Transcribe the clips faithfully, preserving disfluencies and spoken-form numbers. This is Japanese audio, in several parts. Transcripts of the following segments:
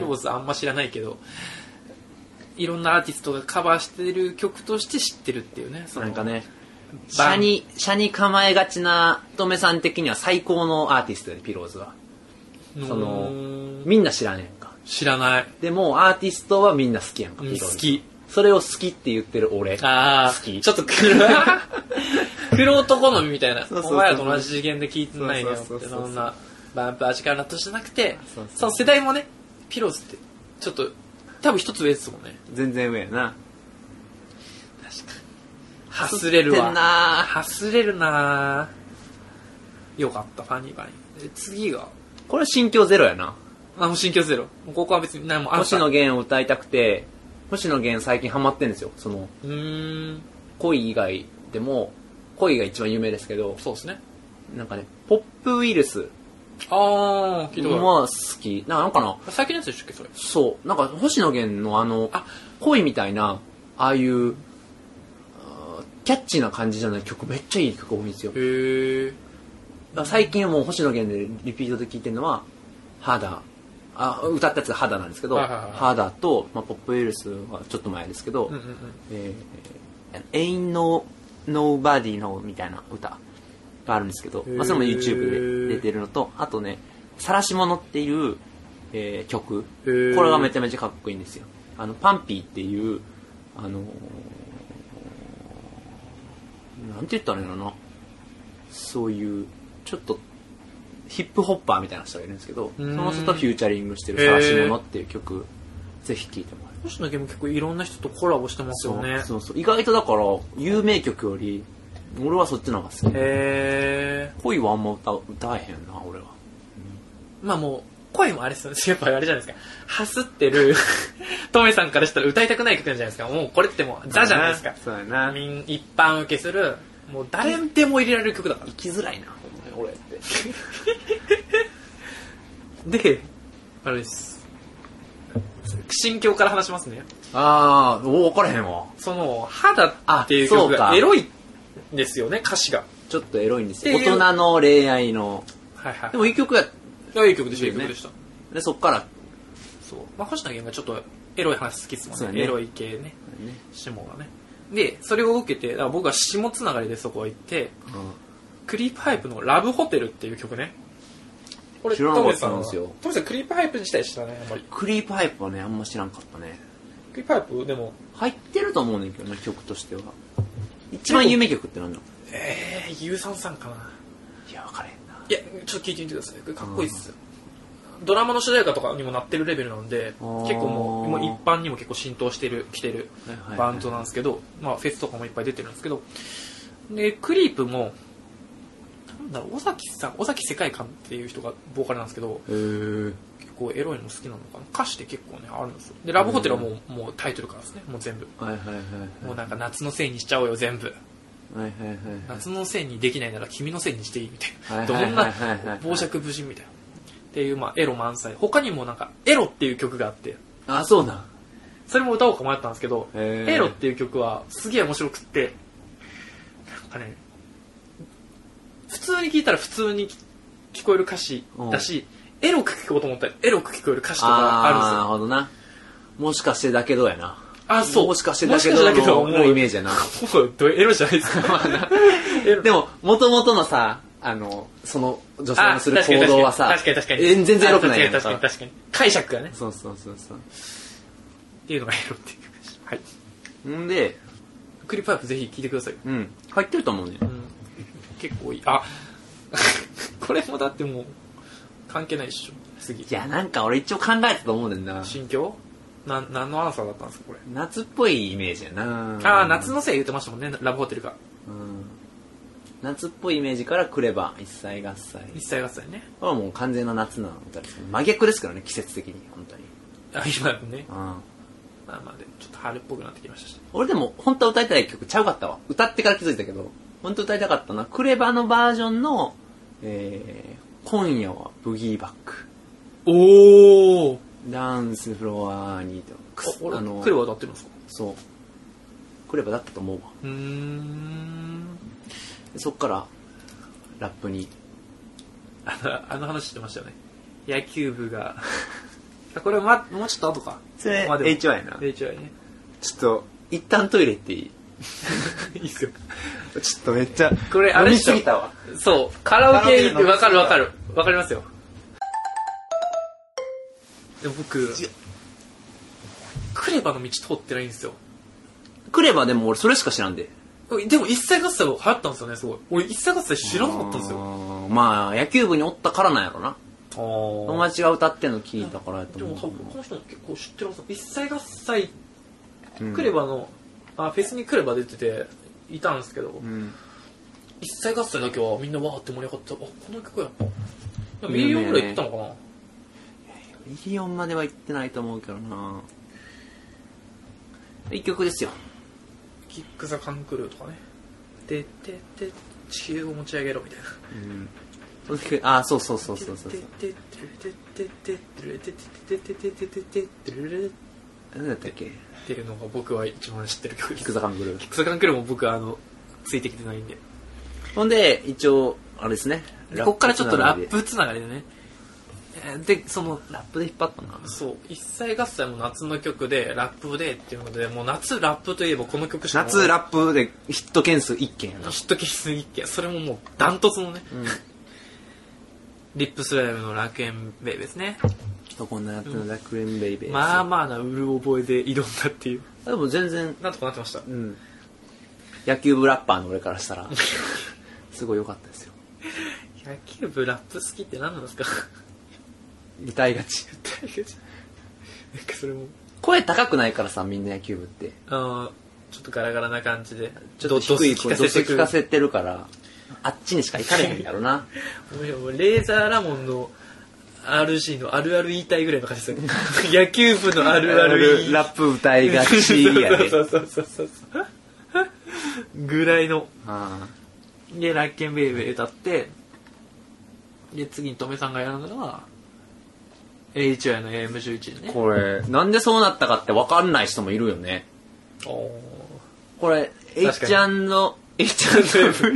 ローズあんま知らないけどいろんなアーティストがカバーしてる曲として知ってるっていうね。 なんかね車に車に構えがちなトメさん的には最高のアーティストでピローズはそのみんな知らねえんか。 知らない。 でもアーティストはみんな好きやんか。ピローズ好き。 それを好きって言ってる俺あ好き。 ちょっとくるくろうと好みみたいな。そうそうそうお前らと同じ次元で聞いてないのよって。そんなバンプ味からとじゃなくてそうそうそうその世代もねピローズってちょっと多分一つ上ですもんね。 全然上やな。 確かにハスれるわ。ハスれるな。よかったファニーバニー。で次がこれ新境ゼロやな。 あもう新境ゼロ。ここは別に何も星野源を歌いたくて星野源最近ハマってんですよ。そのうーん恋以外でも恋が一番有名ですけどそうですね。 なんかねポップウイルスああ聞いたことある。 まあ好きなんかな最近のやつでしたっけそれ。 そうなんか星野源のあのあ恋みたいなああいうキャッチーな感じじゃない曲めっちゃいい曲多いんですよ。 へえ。 最近はもう星野源でリピートで聴いてるのは肌あ歌ったやつが肌なんですけど、はいはいはい、肌と、まあ、ポップウイルスはちょっと前ですけど、うんうんうんえー、Ain't No Nobody No みたいな歌があるんですけど、まあ、それも YouTube で出てるのとあとね晒し者っていう、えー、曲これがめちゃめちゃかっこいいんですよ。あのパンピーっていうあのー、なんて言ったらいいのかなそういうちょっとヒップホッパーみたいな人がいるんですけどその人とフューチャリングしてる晒し者っていう曲ぜひ聴いてもらいます。 星野源も結構いろんな人とコラボしてますよね。 そうそうそう意外とだから有名曲より俺はそっちの方が好き。へー恋はあんま 歌, 歌えへんな俺は、 うん、まあもう恋もあれですよね。やっぱあれじゃないですかハスってるトメさんからしたら歌いたくない曲なんじゃないですか。もうこれってもうザじゃないですか。 そうやな一般受けするもう誰でも入れられる曲だから生きづらいな俺ってであれです心境から話しますね。 ああ分からへんわ。 その肌っていう曲がエロいんですよね。歌詞がちょっとエロいんですよ。大人の恋愛の、はいはい、でもいい曲やいい曲でした、いい曲でした。 でそっからそうまあ星野源がちょっとエロい話好きですもんね。エロい系ね、ね下がね。でそれを受けてだから僕は下つながりでそこ行って、うん、クリープハイプのラブホテルっていう曲ね。これ知らなかったんですよ。 トメさんクリープハイプ自体知らないあんまり。 クリープハイプはねあんま知らんかったね。 クリープハイプでも入ってると思うねんけどね曲としては。一番有名曲って何だろう。 えー、ユーサンさんかな。 いや分からへんな。 いやちょっと聞いてみてください。かっこいいっすよ。ドラマの主題歌とかにもなってるレベルなんで結構もうもう一般にも結構浸透してる来てるバンドなんですけど、はいはいはい、まあフェスとかもいっぱい出てるんですけどでクリープもなんだろう尾崎さん尾崎世界観っていう人がボーカルなんですけど結構エロいの好きなのかな。歌詞って結構ねあるんですよ。でラブホテルはもう、もうタイトルからですねもう全部、はいはいはいはい、もうなんか夏のせいにしちゃおうよ全部、はいはいはいはい、夏のせいにできないなら君のせいにしていいみたいな、はいはいはいはい、どんな傍若無人みたいなっていう、まあ、エロ満載。他にもなんかエロっていう曲があってあそうだそれも歌おうか迷ったんですけどエロっていう曲はすげえ面白くってなんかね普通に聴いたら普通に聞こえる歌詞だしエロく聞こうと思ったらエロく聞こえる歌詞とかあるんですよ。 なるほどな。もしかしてだけどやな。 あそうもしかしてだけどのイメージやな。 もうエロじゃないですかでも元々のさあのその女性のする行動はさ確かに確かに全然エロくないやんか。 確かに確かに解釈がねそうそうそうそうっていうのがエロっていうはいんでクリップアップぜひ聞いてください。 うん入ってると思うね、うん、 結構いい。あこれもだってもう関係ないっしょ次。 いやなんか俺一応考えたと思うねんな。 心境な何のアンサーだったんですかこれ。 夏っぽいイメージやな。 ああ夏のせい言ってましたもんねラブホテルが、 うん、夏っぽいイメージからクレバ一切合切一切合切ね。 これはもう完全な夏な歌ですね。真逆ですからね季節的に本当に。 あ今ね、うん、まあまあでちょっと春っぽくなってきましたし。 俺でも本当は歌いたい曲ちゃうかったわ。歌ってから気づいたけど本当歌いたかったな。クレバのバージョンの、えー、今夜はブギーバック。 おーダンスフロアにああのクレバ歌ってるんですか。 そうクレバだったと思うわ。 うーんそっからラップにあの、あの話してましたよね。野球部がこれ、ま、もうちょっと後か。 それ、エイチワイ な。 エイチワイ ね。 ちょっと、一旦トイレ行っていい？ いいっすよ。 ちょっとめっちゃ、 これ、あれ飲みすぎたわ。 そう。カラオケってわかるわかる。わかりますよ。でも僕、クレバの道通ってないんですよ。 クレバでも俺それしか知らんで。 でも一切合切流行ったんですよね、すごい。俺一切合切知らなかったんですよ。 まあ、野球部におったからなんやろな。 友友達が歌ってんの聞いたからやと思う。 でも多分この人も結構知ってます。一切合切、クレバの、うん、あフェスにクレバ出てていたんですけど、うん、一切合切だけはみんなわーって盛り上がって、あ、この曲やっぱミリオンぐらい行ったのかな。 ミリオンまでは行ってないと思うけどな。いい曲ですよ。 キック・ザ・カンクルーとかね。ででで地球を持ち上げろみたいな。 うん。あ、そうそうそうそうそう。何だったっけ？ っていうのが僕は一番知ってる曲です。 キック・ザ・カンクルー。 キック・ザ・カンクルーも僕はあのついてきてないんで。 ほんで一応あれですね。 こっからちょっとラップつながりでね。でそのラップで引っ張ったな。 そう一切合切も夏の曲でラップでっていうのでもう夏ラップといえばこの曲しか夏ラップでヒット件数いっけんやな。 ヒット件数いっけんそれももうダントツのね、うん、リップスライムの楽園ベイベーですね。 こんなやつの楽園ベイベー、 まあまあなうる覚えで挑んだっていう。 でも全然なんとかなってました、 うん、野球部ラッパーの俺からしたらすごい良かったですよ。 野球部ラップ好きって何なんですか？ 歌いがち歌いがちなんかそれも声高くないからさ、みんな野球部ってあちょっとガラガラな感じでちょっと低い声ドス聞かせてるからあっちにしか行かれへんやろな。 レーザーラモンの アールジー のあるある言いたいぐらいの感じですよね。野球部のあるある言いラップ歌いがちやでそうそうそうそうそうぐらいのでラッケンベイベー歌ってで次にトメさんがやるのはエイチワイ の エーエムじゅういち ね。 これなんでそうなったかって分かんない人もいるよね。 おこれ H& の H&M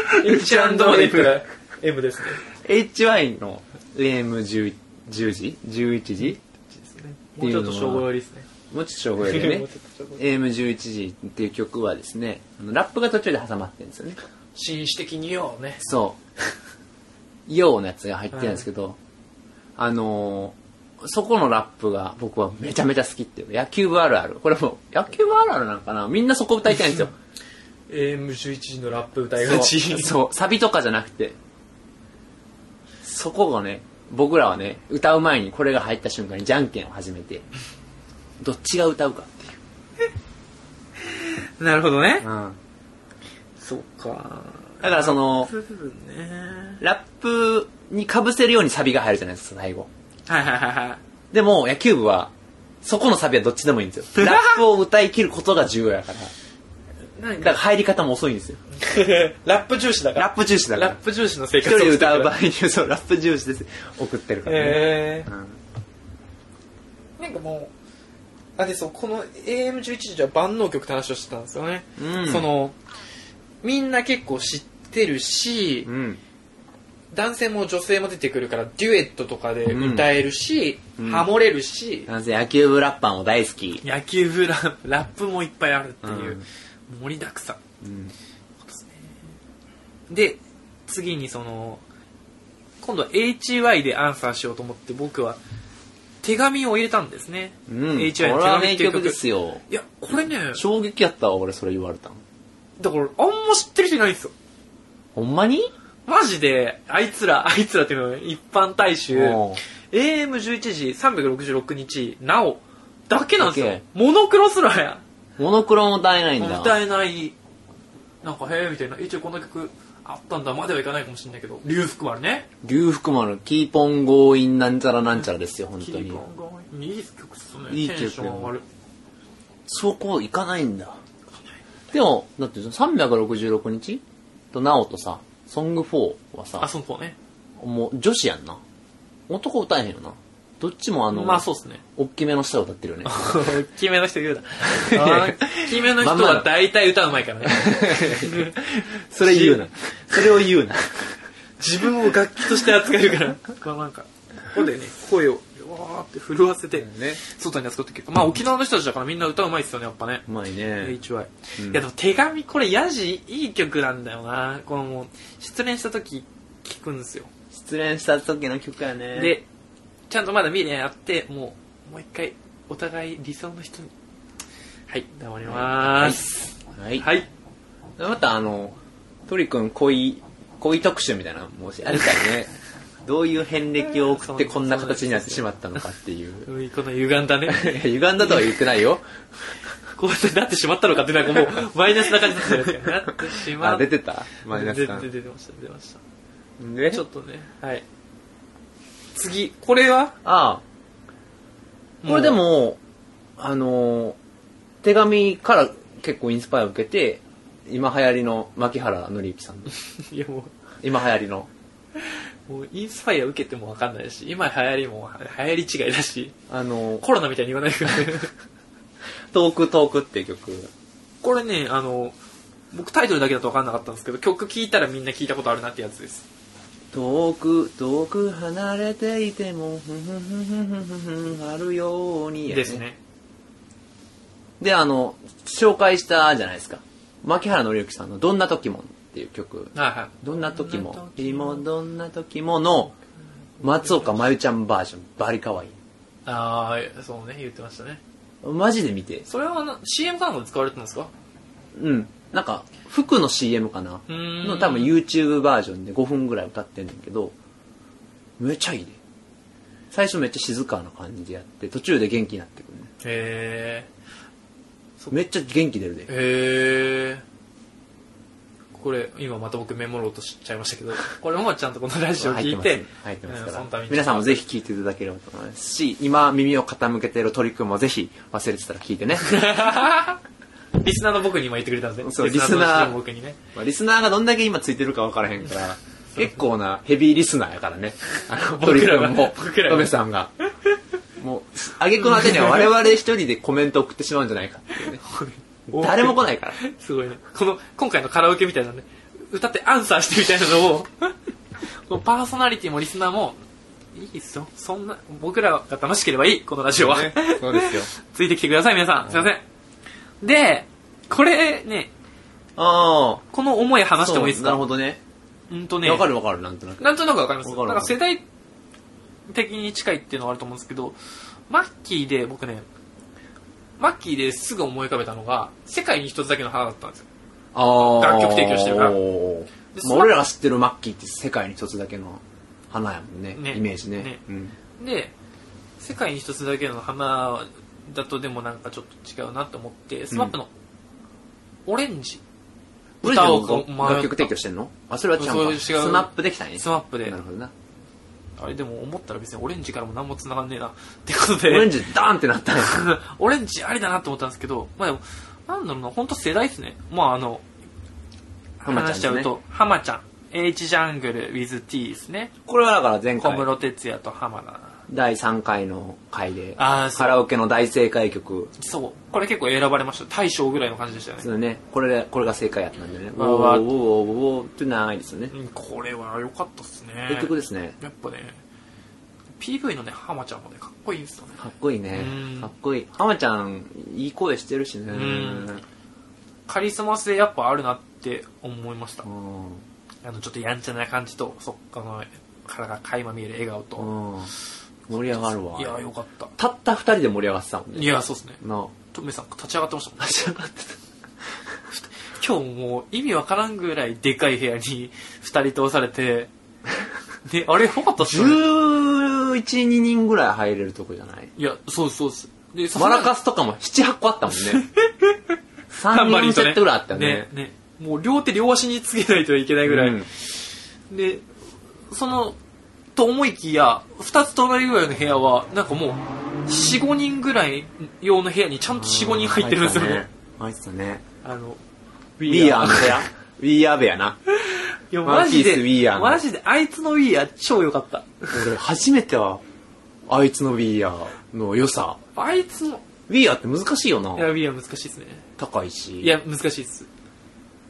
H& までいったら M ですね。 エイチワイ の エーエムじゅう じゅうじじゅういちじもうちょっと正午寄りですね。 もうちょっと正午寄りでねエーエムじゅういちじっていう曲はですねラップが途中で挟まってるんですよね。 紳士的にようね。 そうようのやつが入ってるんですけど、はい、あのー、そこのラップが僕はめちゃめちゃ好きっていう野球部あるある。これも野球部あるあるなんかな。みんなそこ歌いたいんですよ。 エーエムじゅういちじのラップ歌いがち。 そうそうサビとかじゃなくてそこがね僕らはね歌う前にこれが入った瞬間にじゃんけんを始めてどっちが歌うかっていうなるほどね、 うん、 そうか。 だからそのラップ部分ねラップにかぶせるようにサビが入るじゃないですか最後。 はいはいはいはい。 でも野球部はそこのサビはどっちでもいいんですよ。ラップを歌い切ることが重要やからだから入り方も遅いんですよ。 ラップ重視だから。 ラップ重視だから。 ラップ重視の生活を一人歌う場合にそうラップ重視です送ってるからね。 へー、うん、なんかもうあれそうこの エーエムじゅういち じゃ万能曲って話をしてたんですよね、うん、そのみんな結構知ってるし、うん、男性も女性も出てくるからデュエットとかで歌えるし、うん、ハモれるし、 男性野球部ラッパーも大好き。 野球部ラップラップもいっぱいあるっていう、うん、盛りだくさん、うん、で次にその今度は エイチワイ でアンサーしようと思って僕は手紙を入れたんですね、 うん、エイチワイ の手紙っていう曲ですよ。 いやこれね衝撃やったわ俺それ言われたの。 だからあんま知ってる人いないんですよ。 ほんまにマジであいつらあいつらっていうのは一般大衆 エーエムじゅういち 時さんびゃくろくじゅうろくにちなおだけなんですよ。モノクロすらやモノクロも歌えないんだ。 歌えないなんかへえみたいな一応こんな曲あったんだまではいかないかもしれないけど龍福丸ね龍福丸キーポンゴーインなんちゃらなんちゃらですよ本当に。 キーポンゴーインいい曲っすね。 いい曲。 テンション上がる。 そこ行かないんだ。でもだってさんびゃくろくじゅうろくにちとなおとさソングフォーはさあソングフォーねもう女子やんな。男歌えへんよな。どっちもあのまあそうですね大きめの人が歌ってるよね。 大きめの人言うな大きめの人は大体歌うまいからねそれ言うなそれを言うな自分を楽器として扱えるからまあなんかここでね声をわーって震わせて、ね、外に扱って結構、まあ沖縄の人たちだからみんな歌うまいっすよね、やっぱね。 うまいね。 エイチワイ。うん、いやでも手紙、これヤジいい曲なんだよな。このもう、失恋した時聞くんですよ。 失恋した時の曲やね。 で、ちゃんとまだ未練あって、もう、もう一回、お互い理想の人に。はい、黙りまーす。 はい。はい。はい、またあの、鳥くん恋、恋特集みたいなのもしあるからね。どういう遍歴を送ってこんな形になってしまったのかっていう。 この歪んだね。 歪んだとは言ってないよ。 こうやってなってしまったのかってなんかもうマイナスな感じになってる。なってしまった。 あ、出てたマイナス感。 出てました、出ました。ね、ちょっとね、はい。次、これはああ。これでも、あの、手紙から結構インスパイアを受けて、今流行りの牧原紀之さんの。 いやもう。 今流行りの。 もうインスパイア受けても分かんないし、今流行りも流行り違いだし、 あのコロナみたいに言わないからね。 トークトークっていう曲。 これね、あの、僕タイトルだけだと分かんなかったんですけど、曲聴いたらみんな聞いたことあるなってやつです。 遠く遠く離れていてもふんふんふんふんふんふんふんあるように、ね、 ですね。 で、あの紹介したじゃないですか。牧原紀之さんのどんな時もっていう曲。 はいはい。 どんな時も、今どんな時もの松岡真優ちゃんバージョンバリ可愛い。 ああ、そうね、言ってましたね。 マジで見て。 それはな シーエム かなんかで使われてたんですか？ うん。なんか服の シーエム かなの多分 YouTube バージョンでごふんぐらい歌ってんねんけど、めっちゃいいで。最初めっちゃ静かな感じでやって途中で元気になってくるね。 へー。めっちゃ元気出るで。 へー。これ今また僕メモろうとしちゃいましたけど、これもちゃんとこのラジオ聞いて入ってますから、皆さんもぜひ聞いていただければと思いますし、今耳を傾けている鳥くんもぜひ忘れてたら聞いてね。 リスナーの僕に今言ってくれたんですね。 そう、リスナー、 僕にね。 まあ、リスナーがどんだけ今ついてるか分からへんから、結構なヘビーリスナーやからね。あの、鳥くんも、トメさんが。もう、あげくのあてには我々一人でコメント送ってしまうんじゃないかっていうね。誰も来ないから。 すごいね。この、今回のカラオケみたいなね、歌ってアンサーしてみたいなのを、このパーソナリティもリスナーも、いいっすよ。そんな、僕らが楽しければいい、このラジオは。 ね、そうですよ。 ついてきてください、皆さん。すいません。で、これね、 あこの思い話してもいいですか？ なるほどね。 うんとね。 わかるわかる、なんとなく。 なんとなくわかります。なんか世代的に近いっていうのはあると思うんですけど、マッキーで僕ね、マッキーですぐ思い浮かべたのが、世界に一つだけの花だったんですよ。 あ楽曲提供してるから。 俺らが知ってるマッキーって世界に一つだけの花やもんね。ね、イメージね。ね、 うん、で、世界に一つだけの花だとでもなんかちょっと違うなと思って、スマップのオレンジ。 うん、歌を楽曲提供してんの？あ、それは違うか。スマップできたんや。 スマップで。 なるほどな。 あれでも思ったら別にオレンジからも何も繋がんねえなってことでオレンジダーンってなったんや。 オレンジありだなと思ったんですけど、まあでもなんだろうな、本当世代ですね。まああの話しちゃうとハマちゃん、H ジャングル with T ですね。 これはだから前回小室哲哉と浜田だいさんかいの回でカラオケの大正解曲。 そう、これ結構選ばれました。大賞ぐらいの感じでしたよね。 そうね、これこれが正解やったんでね。ウォーウォーウォーウォーって長いですよね。 これは良かったっすね。 いい曲ですね。 やっぱね、ピーブイ のね、浜ちゃんもね、かっこいいですよね。 かっこいいね。かっこいい。浜ちゃん、いい声してるしね。 カリスマ性やっぱあるなって思いました。あの、ちょっとやんちゃな感じと、そっかの、体が垣間見える笑顔と。 盛り上がるわ。 いや、よかった。 たった二人で盛り上がってたもんね。 いや、そうですね。 なトメさん、立ち上がってましたもんね。 立ち上がってた。 今日もう意味わからんぐらいでかい部屋に二人通されて、で、あれ、よかったっすね。 じゅういち、ににんぐらい入れるとこじゃない？ いや、そうです、そうです。 で、マラカスとかもなな、はっこあったもんね。さん、よんセットぐらいあったよね。 ね、ね。もう両手両足につけないといけないぐらい。うん、で、その、と思いきや、二つ隣ぐらいの部屋は、なんかもう、よん、ごにんぐらい用の部屋にちゃんとよん、ごにん入ってるんですよね。 入ってたね。 あの、 We Are の部屋We Are 部屋な。 いや、マジで、マジで、あいつの We Are 超良かった。 俺、初めては、あいつの We Are の良さ。 あいつの We Are って難しいよな。 いや、We Are 難しいですね。 高いし。 いや、難しいです。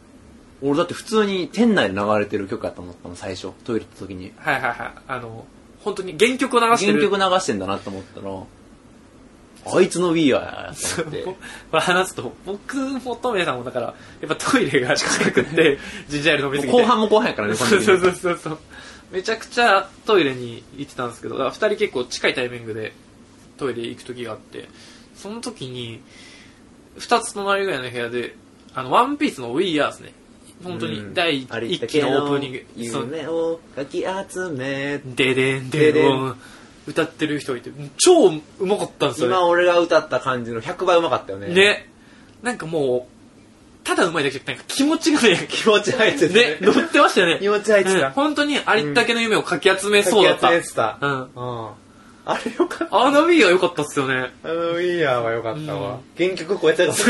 俺だって普通に店内で流れてる曲やと思ったの、最初。トイレ行った時に。 はいはいはい。あの、 本当に原曲を流してる。 原曲流してんだなと思ったら、あいつの We Are やと思って。 これ話すと、僕もトメさんもだから、やっぱトイレが近くて、ジンジャーエール飲みすぎて。 後半も後半やからね、 そうそうそうそうそう。めちゃくちゃトイレに行ってたんですけど、だから二人結構近いタイミングでトイレ行く時があって、その時に、二つ隣ぐらいの部屋で、あの、ワンピースの We Are ですね。本当に第一期のオープニング。 夢をかき集め、 ででんででん。歌ってる人いて、超うまかったんですよね。 今俺が歌った感じのひゃくばいうまかったよね。 ね。なんかもう、ただうまいだけじゃなくて、気持ちがね、 気持ち入っててね。ね、乗ってましたよね。 気持ち入ってた。 うん、本当にありったけの夢をかき集めそうだった。 かき集めてた。 うん。 うん。あれよかった。 あの We Are よかったっすよね。 あの We Are はよかったわ。うん、原曲超えたかも。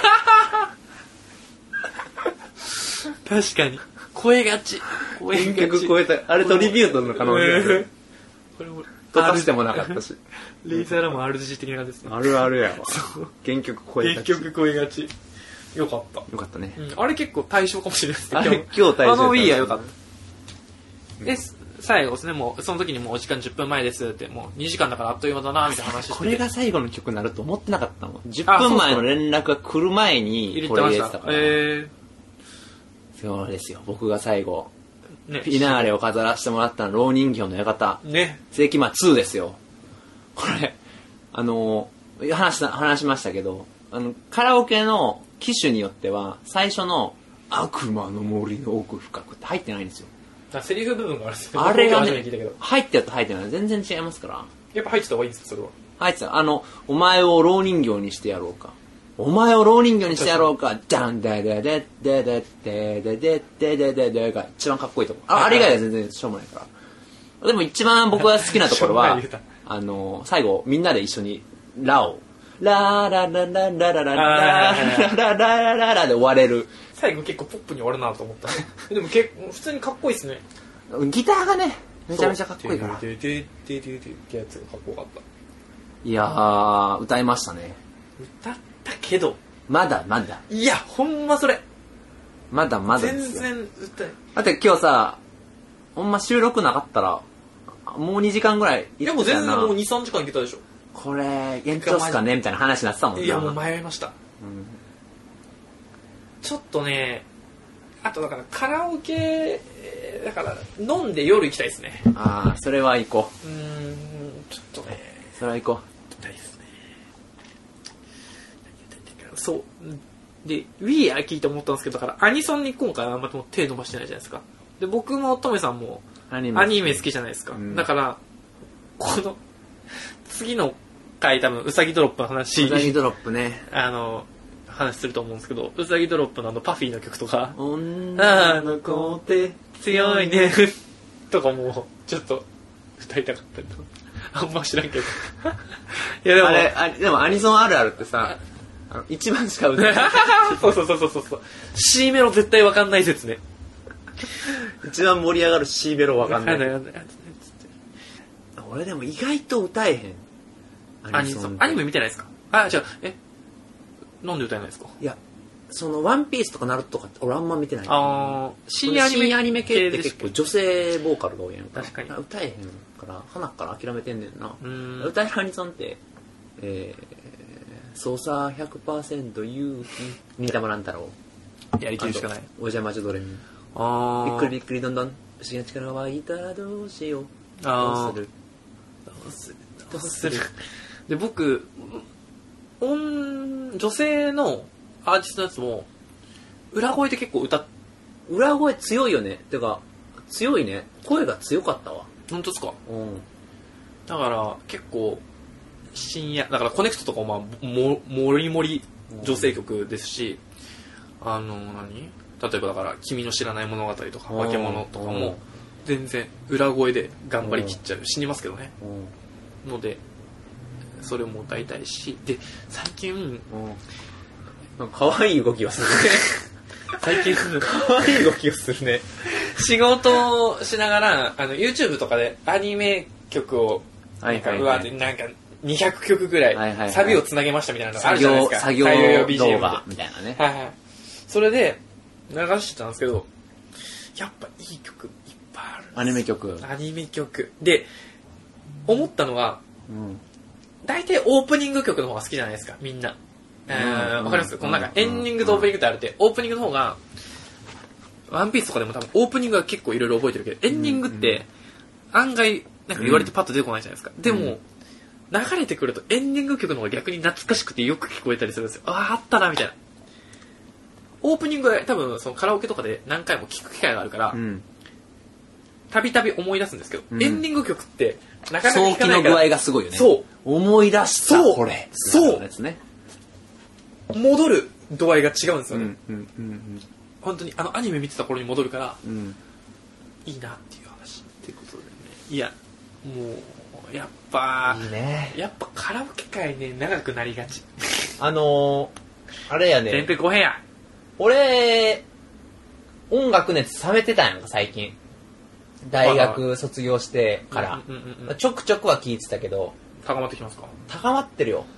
確かに。声がち。 声がち。原曲超えた。あれトリビュートの可能性。これも。とかしてもなかったし。 レイザーラモン アールジー 的な感じですね。 あるあるやわ。原曲超えがち。原曲超えがち。よかった。 よかったね。 うん、あれ結構対象かもしれないですけど。あれ今日対象。 あの We Are よかった。で、最後ですね、もう、その時にもうお時間じゅっぷんまえですって、もうにじかんだからあっという間だな、みたいな話してて。 これが最後の曲になると思ってなかったもん。じゅっぷんまえの連絡が来る前に、これ入れてたから。えー、そうですよ。僕が最後、ね、フィナーレを飾らせてもらったのは、老人形の館。 ね。 世紀末にですよ。これ、あの、話した、話しましたけど、あの、カラオケの機種によっては、最初の悪魔の森の奥深くって入ってないんですよ。 あ、セリフ部分があるんですよ。 あれがね、入ってると入ってない全然違いますから。 やっぱ入ってた方がいいんですか、それは。 入ってた。あの、お前を老人形にしてやろうか。お前を老人形にしてやろうか。ダンデデデデデデデデデデデデが一番かっこいいとこ。あ、あれ以外は全然しょうもないから。でも一番僕が好きなところは、あの、最後みんなで一緒にラを、ラーララララララララララララで終われる。 最後結構ポップに終わるなと思った。でも結構普通にかっこいいですね。 ギターがね、めちゃめちゃかっこいいから。 デデデデデデってやつがかっこよかった。 いやー、歌いましたね。 歌ったけど。 まだまだ。 いや、ほんまそれ。 まだまだですよ。 全然歌え。 だって今日さ、ほんま収録なかったら、もうにじかんぐらいいやもう全然もうに、さんじかんいけたでしょ。 これ、延長っすかねみたいな話になってたもんね。 いやもう迷いました。うん、ちょっとね、あとだからカラオケ、だから飲んで夜行きたいですね。 ああ、それは行こう。うーん、ちょっとね。 それは行こう。 行きたいですね。そう。で、We Are 聞いて思ったんですけど、だからアニソンに今回あんま手伸ばしてないじゃないですか。で、僕もトメさんもアニメ好きじゃないですか。うん、だから、この、次の回多分、うさぎドロップの話。 うさぎドロップね。 あの、話すると思うんですけど、うさぎドロップのあのパフィーの曲とか、 女の子って強いね、とかも、ちょっと歌いたかったりと。あんま知らんけど。 いやでも、あれ、あでもアニソンあるあるってさ、あの一番しか歌えない。 そうそうそうそうそう。C メロ絶対わかんない説ね。 一番盛り上がる C メロわかんない。俺でも意外と歌えへん。 アニソン。アニメ見てないですか？あ、じゃあ、えなんで歌えないですか？ いや、そのワンピースとかナルトとかって俺あんま見てない。 ああ、新アニメアニメ系って結構女性ボーカルが多いやんか。 確かに。 歌えへんから、花から諦めてんねんな。うん歌えるアニソンって、えー、操作 ひゃくパーセント 勇気、忍たま乱太郎。 やりきるしかない。 お邪魔女ドレミ。 あびっくりびっくりどんどん。不思議な力が湧いたらどうしよう。 あどうするどうするどうするで、僕、女性のアーティストのやつも、裏声で結構歌っ、 裏声強いよね。てか、強いね。声が強かったわ。 本当ですか？ うん。 だから、結構、深夜、だからコネクトとかも、まあ、も、もりもり女性曲ですし、あの、何？例えばだから、君の知らない物語とか、化け物とかも、全然裏声で頑張りきっちゃう。死にますけどね。ので、それも歌いたいし、で、最近、 なんか可愛い動きをするね。 最近、 可愛い動きをするね。 仕事をしながら、あの、YouTube とかでアニメ曲を、なんか、うわ、なんか、にひゃくきょくぐらい、サビをつなげましたみたいなのがあるじゃないですか。 作業動画みたいなね。 はいはい。それで、流してたんですけど、やっぱいい曲いっぱいあるんです。 アニメ曲。 アニメ曲。で、 思ったのは、うん、大体オープニング曲の方が好きじゃないですか、みんな。わ、うん、かります、うん、このなんかエンディングとオープニングってあるって、オープニングの方が、ワンピースとかでも多分オープニングは結構いろいろ覚えてるけど、エンディングって案外なんか言われてパッと出てこないじゃないですか。うん、でも、流れてくるとエンディング曲の方が逆に懐かしくてよく聞こえたりするんですよ。ああ、あったな、みたいな。オープニングは多分そのカラオケとかで何回も聞く機会があるから、たびたび思い出すんですけど、うん、エンディング曲ってなかなか聞かないから。 早期の具合がすごいよね。 そう。 思い出した、これ。 そう。そう。戻る度合いが違うんですよね。うんうんうんうん、本当にあのアニメ見てた頃に戻るから、うん、いいなっていう話っていうことでね。いや、もう、やっぱ、 いいね。 やっぱカラオケ界ね、長くなりがち。 あのー、あれやね。 前編後編や。 俺、音楽熱冷めてたんやんか、最近。大学卒業してから。うんうんうんうん、ちょくちょくは聴いてたけど。 高まってきますか？ 高まってるよ。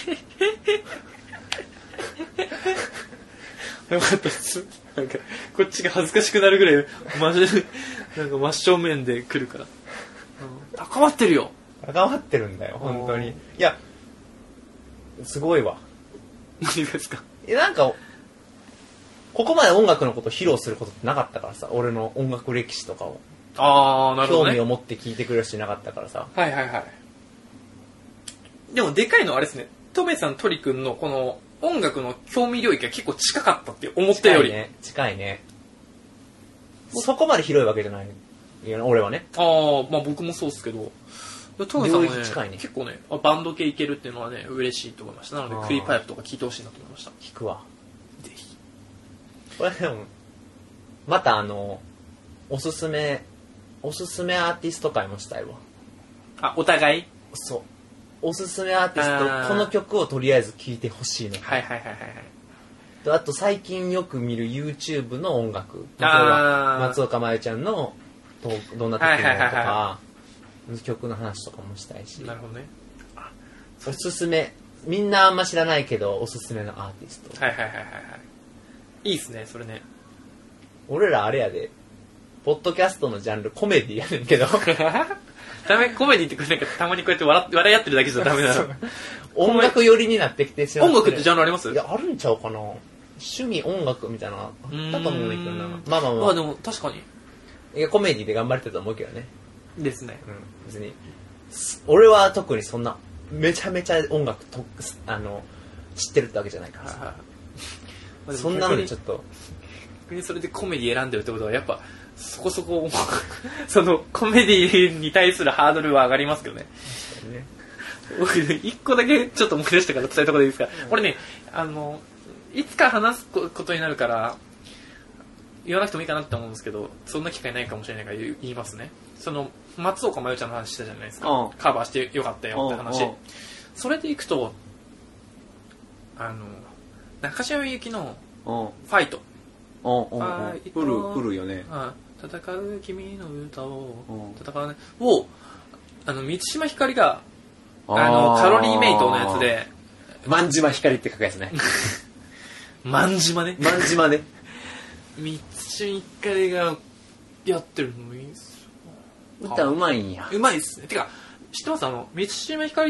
よかったです。なんか、こっちが恥ずかしくなるぐらい、マジで、なんか真正面で来るから。うん、高まってるよ。 高まってるんだよ、本当に。いや、すごいわ。 何ですか？ え、なんか、ここまで音楽のことを披露することってなかったからさ、俺の音楽歴史とかを。 あー、なるほど、ね。 興味を持って聞いてくれる人いなかったからさ。 はいはいはい。でも、でかいのはあれですね。トメさん、トリ君のこの音楽の興味領域が結構近かったって思ったより。 近いね。近いね。そこまで広いわけじゃない。いや、俺はね。 あー、まあ僕もそうですけど。トメさんはね、 ね結構ね、バンド系いけるっていうのはね、嬉しいと思いました。なので、クリーパイプとか聞いてほしいなと思いました。 聞くわ。ぜひ。これでも、またあの、おすすめ、おすすめアーティスト会もしたいわ。 あ、お互い？ そう。おすすめアーティスト、この曲をとりあえず聴いてほしいの。 はいはいはいはい。 とあと最近よく見る YouTube の音楽。例えば、松岡茉優ちゃんのどんな時のとか、曲の話とかもしたいし。 なるほどね。 おすすめ、みんなあんま知らないけど、おすすめのアーティスト。 はいはいはいはいはい。いいっすね、それね。 俺らあれやで、ポッドキャストのジャンルコメディやねんけど。 ダメ、コメディってなんかたまにこうやって笑笑い合ってるだけじゃダメなの。 音楽寄りになってきてしまって。 音楽ってジャンルあります？ いや、あるんちゃうかな。趣味音楽みたいなのあったと思うんだけどな。まあまあまあ。 まあでも確かに。 いや、コメディで頑張れてると思うけどね。 ですね。 うん、別に。俺は特にそんな、めちゃめちゃ音楽と、あの、知ってるってわけじゃないからさ。そんなのにちょっと。 逆にそれでコメディ選んでるってことは、やっぱ、そこそこ、その、コメディに対するハードルは上がりますけどね。僕、一個だけちょっと思い出したから伝えたことでいいですか。うん、これね、あの、いつか話すことになるから、言わなくてもいいかなって思うんですけど、そんな機会ないかもしれないから言いますね。その、松岡茉優ちゃんの話したじゃないですか。うん、カバーしてよかったよって話。うん、それでいくと、あの、中島みゆきの、ファイト。 ファイト。来る、来るよね。 戦う君の歌を、戦うね。を、あの、満島ひかりが、あの、カロリーメイトのやつで、 万島ひかりって書くやつね。 万島ね。 万島ね。 満島ひかりがやってるのもいいっすよ。歌うまいんや。 うまいっすね。てか、知ってます？あの、満島ひかりって、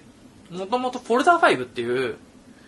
もともとフォルダーファイブっていう、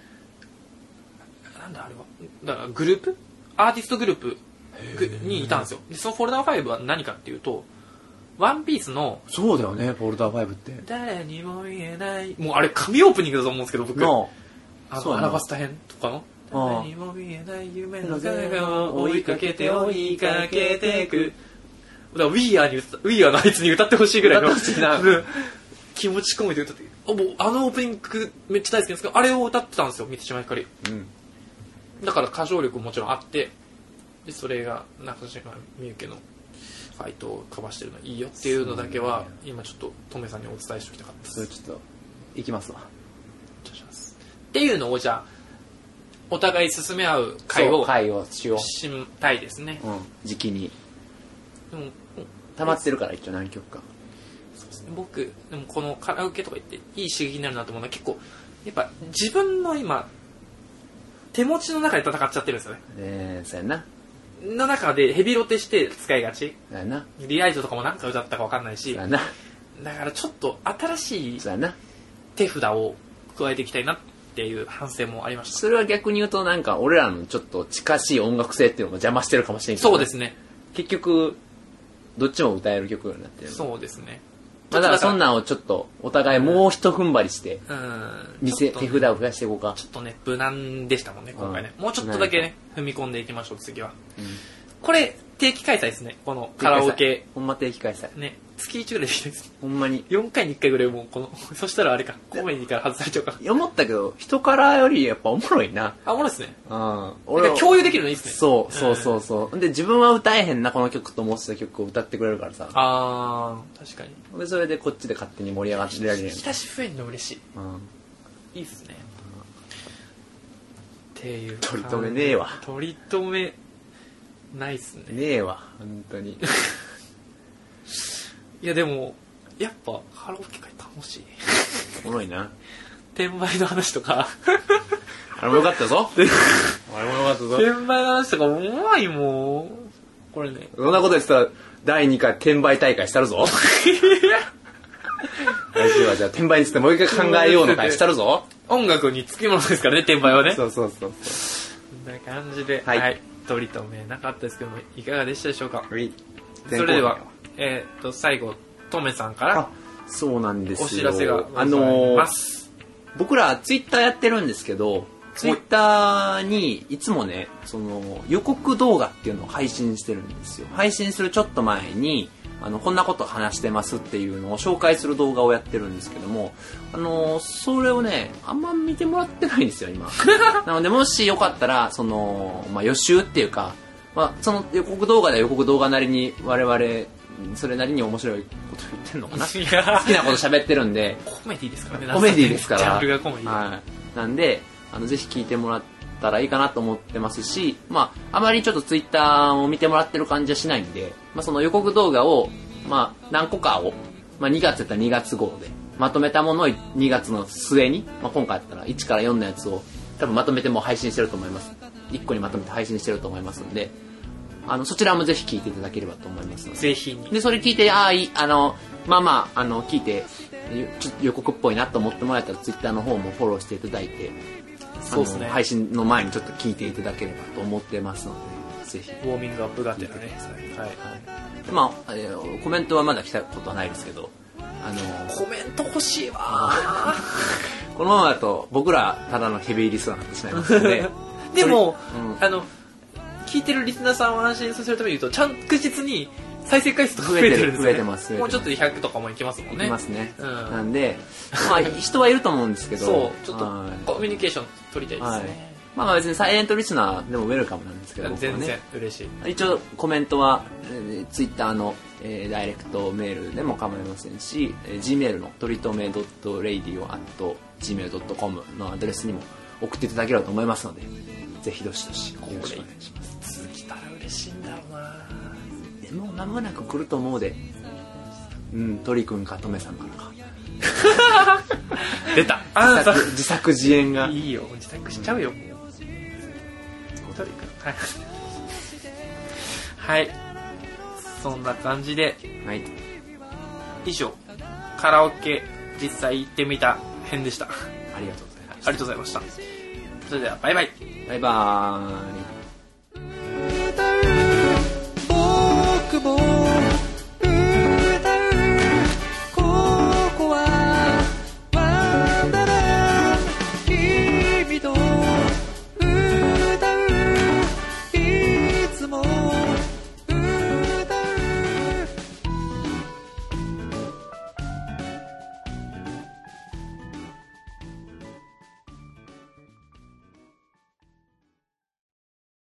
なんだあれは、だからグループ？アーティストグループにいたんですよ。で、そのフォルダーファイブは何かっていうと、ワンピースの、 そうだよね、フォルダーファイブって。 誰にも言えない。もうあれ、神オープニングだと思うんですけど、僕。 No. あの、アラバスタ編とかの。誰にも見えない夢の影を追いかけて追いかけていく。だから、ウィーアーに歌った、ウィーアーのあいつに歌ってほしいぐらいの気持ち込めて歌って。あ、もうあのオープニングめっちゃ大好きなんですけど、あれを歌ってたんですよ、満島ひかり。うん。だから歌唱力ももちろんあって、で、それが中島みゆきのファイトをカバーしてるのいいよっていうのだけは、今ちょっとトメさんにお伝えしておきたかったです。 それちょっと、いきますわ。 っていうのをじゃあ、お互い進め合う会を会をしようしたいですね。 うん、時期に。でも溜まってるから一応何曲か。 そうですね。僕でもこのカラオケとか行っていい刺激になるなと思うのは結構やっぱ自分の今手持ちの中で戦っちゃってるんですよね。 ええー、そうやな。 の中でヘビロテして使いがち。 そうやな。 リアイトとかも何か歌ったか分かんないし。 そうやな。 だからちょっと新しいそうやな手札を加えていきたいなっていう反省もありました。 それは逆に言うとなんか俺らのちょっと近しい音楽性っていうのが邪魔してるかもしれんけど、 そうですね。 結局どっちも歌える曲になってる。 そうですね。 まあ、だからそんなんをちょっとお互いもう一踏ん張りして、 うん、 店、手札を増やしていこうか。 ちょっとね無難でしたもんね今回ね、うん、もうちょっとだけね踏み込んでいきましょう次は、うん、これ定期開催ですねこのカラオケ。 ほんま定期開催ね、月いちぐらいでいいです。 ほんまによんかいにいっかいぐらいもうこのそしたらあれかコメディから外されちゃうか。 思ったけど人からよりやっぱおもろいな。 あ、おもろいですね。 うん、 俺共有できるのいいですね。 そうそうそうそう、うん、で自分は歌えへんなこの曲と思ってた曲を歌ってくれるからさ。 あー確かに。 でそれでこっちで勝手に盛り上がってられる。 引き出し増えるの嬉しい、うん、いいですね、うん、っていう取り留めねえわ。 取り留めないっすね。 ねえわ本当にいやでもやっぱカラオケ会楽しい。 おもろいな。 転売の話とかあれもよかったぞあれもよかったぞ。 転売の話とかうまいもんこれね。 そんなこと言ってたらだいにかい転売大会したるぞ来週はじゃあ転売についてもう一回考えようの会したるぞ。 音楽につきものですからね転売はね。 そうそうそうそう。 そんな感じで、 はい、はい、 取り留めなかったですけどもいかがでしたでしょうか。 はい、 それではえー、っと最後トメさんからそうなんですよ、 お知らせがございます。 あのー、僕らツイッターやってるんですけどツイッターにいつもねその予告動画っていうのを配信してるんですよ。配信するちょっと前にあのこんなこと話してますっていうのを紹介する動画をやってるんですけども、あのー、それをねあんま見てもらってないんですよ今なのでもしよかったらその、まあ、予習っていうか、まあ、その予告動画で予告動画なりに我々それなりに面白いこと言ってるのかな好きなこと喋ってるんでコメディですからね。 コメディですからジャンルがコメディ、 はい、なんであのぜひ聞いてもらったらいいかなと思ってますし、まあ、あまりちょっとツイッターを見てもらってる感じはしないんで、まあ、その予告動画を、まあ、何個かを、まあ、にがつやったらにがつ号でまとめたものをにがつの末に、まあ、今回やったらいちからよんのやつを多分まとめてもう配信してると思います。いっこにまとめて配信してると思いますんで、あのそちらもぜひ聞いていただければと思いますので、 ぜひにでそれ聞いてああいいあのまあまああの聞いてちょっと予告っぽいなと思ってもらえたらツイッターの方もフォローしていただいて、そうですね、配信の前にちょっと聞いていただければと思ってますのでぜひウォーミングアップがてらね、はいはい、 まあ、えー、コメントはまだ来たことはないですけど、あのー、 コメント欲しいわこのままだと僕らただのヘビーリスナーになってしまいますのででも、うん、あの聞いてるリスナーさんを安心させるために言うと確実に再生回数とか増えてるんですよね。 増えてます。 もうちょっとでひゃくとかもいきますもんね。 いきますね。うん、なんで、まあ人はいると思うんですけど、 そうちょっとコミュニケーション取りたいですね。はい、 まあ別にサイレントリスナーでもウェルカムなんですけど、 全然嬉しい。 一応コメントは、えー、ツイッターの、えー、ダイレクトメールでも構いませんし、えー、Gmail のとりとめ .radio アット ジーメール ドットコム のアドレスにも送っていただければと思いますので、ぜひどしどしよろしくお願いします。 続きたら嬉しいんだろうな。 でも間もなく来ると思うで、うん鳥くんかとめさんからか出た自作自作自演がいいよ自作しちゃうよ、うん、鳥くんはいはいそんな感じで、 はい、 以上カラオケ実際行ってみた編でした。 ありがとうございました。 ありがとうございました。それではバイバイバイバーイ。 僕も